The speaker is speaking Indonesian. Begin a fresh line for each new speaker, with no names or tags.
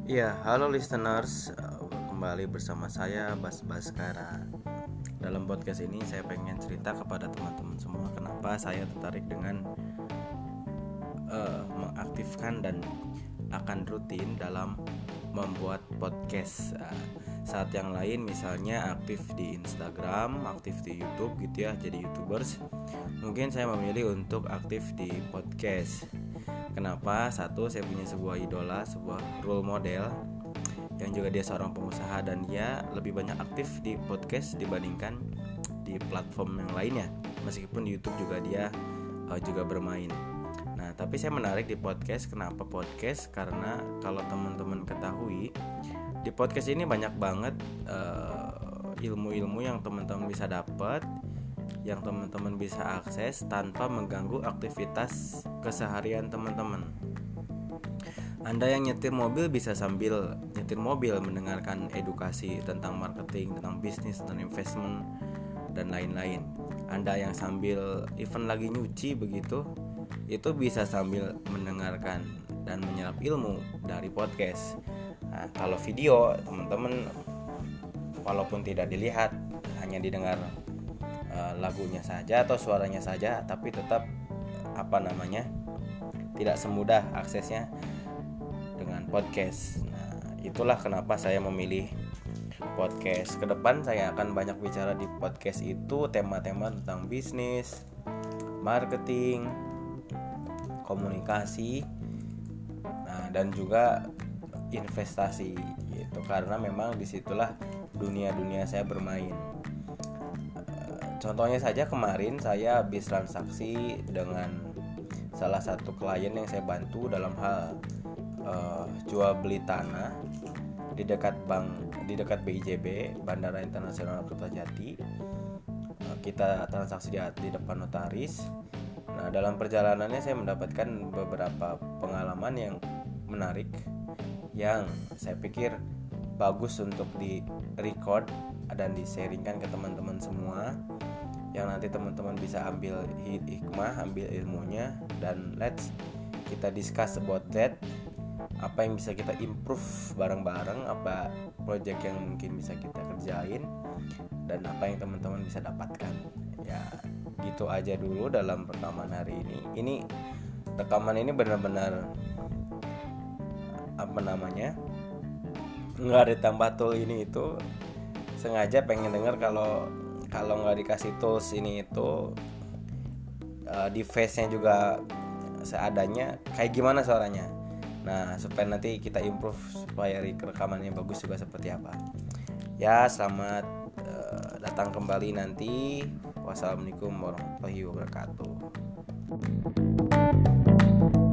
Iya, halo listeners, kembali bersama saya Bas Baskara. Dalam podcast ini saya pengen cerita kepada teman-teman semua kenapa saya tertarik dengan mengaktifkan dan akan rutin dalam membuat podcast. Saat yang lain misalnya aktif di Instagram, aktif di YouTube gitu ya, jadi YouTubers. Mungkin saya memilih untuk aktif di podcast. Kenapa? Satu, saya punya sebuah idola, sebuah role model yang juga dia seorang pengusaha dan dia lebih banyak aktif di podcast dibandingkan di platform yang lainnya. Meskipun di YouTube juga dia juga bermain. Nah, tapi saya menarik di podcast. Kenapa podcast? Karena kalau teman-teman ketahui, di podcast ini banyak banget ilmu-ilmu yang teman-teman bisa dapat, yang teman-teman bisa akses tanpa mengganggu aktivitas keseharian teman-teman. Anda yang nyetir mobil bisa sambil nyetir mobil mendengarkan edukasi tentang marketing, tentang bisnis, tentang investment dan lain-lain. Anda yang sambil even lagi nyuci begitu, itu bisa sambil mendengarkan dan menyerap ilmu dari podcast. Nah, kalau video teman-teman walaupun tidak dilihat, hanya didengar lagunya saja atau suaranya saja, tapi tetap tidak semudah aksesnya dengan podcast. Nah, itulah kenapa saya memilih podcast. Kedepan saya akan banyak bicara di podcast itu tema-tema tentang bisnis, marketing, komunikasi, dan juga investasi gitu. Karena memang disitulah dunia saya bermain. Contohnya saja kemarin saya habis transaksi dengan salah satu klien yang saya bantu dalam hal jual beli tanah di dekat BIJB, Bandara Internasional Kertajati. Kita transaksi di depan notaris. Nah, dalam perjalanannya saya mendapatkan beberapa pengalaman yang menarik yang saya pikir bagus untuk di-record dan di-sharingkan ke teman-teman semua, yang nanti teman-teman bisa ambil hikmah, ambil ilmunya, dan let's kita discuss about that. Apa yang bisa kita improve bareng-bareng, apa project yang mungkin bisa kita kerjain, dan apa yang teman-teman bisa dapatkan. Ya, gitu aja dulu dalam rekaman hari ini. Rekaman ini benar-benar nggak ditambah tool ini itu, sengaja pengen denger kalau nggak dikasih tools ini itu, device-nya juga seadanya, kayak gimana suaranya. Nah, supaya nanti kita improve supaya rekamannya bagus juga seperti apa. Ya, selamat datang kembali nanti. Wassalamualaikum warahmatullahi wabarakatuh.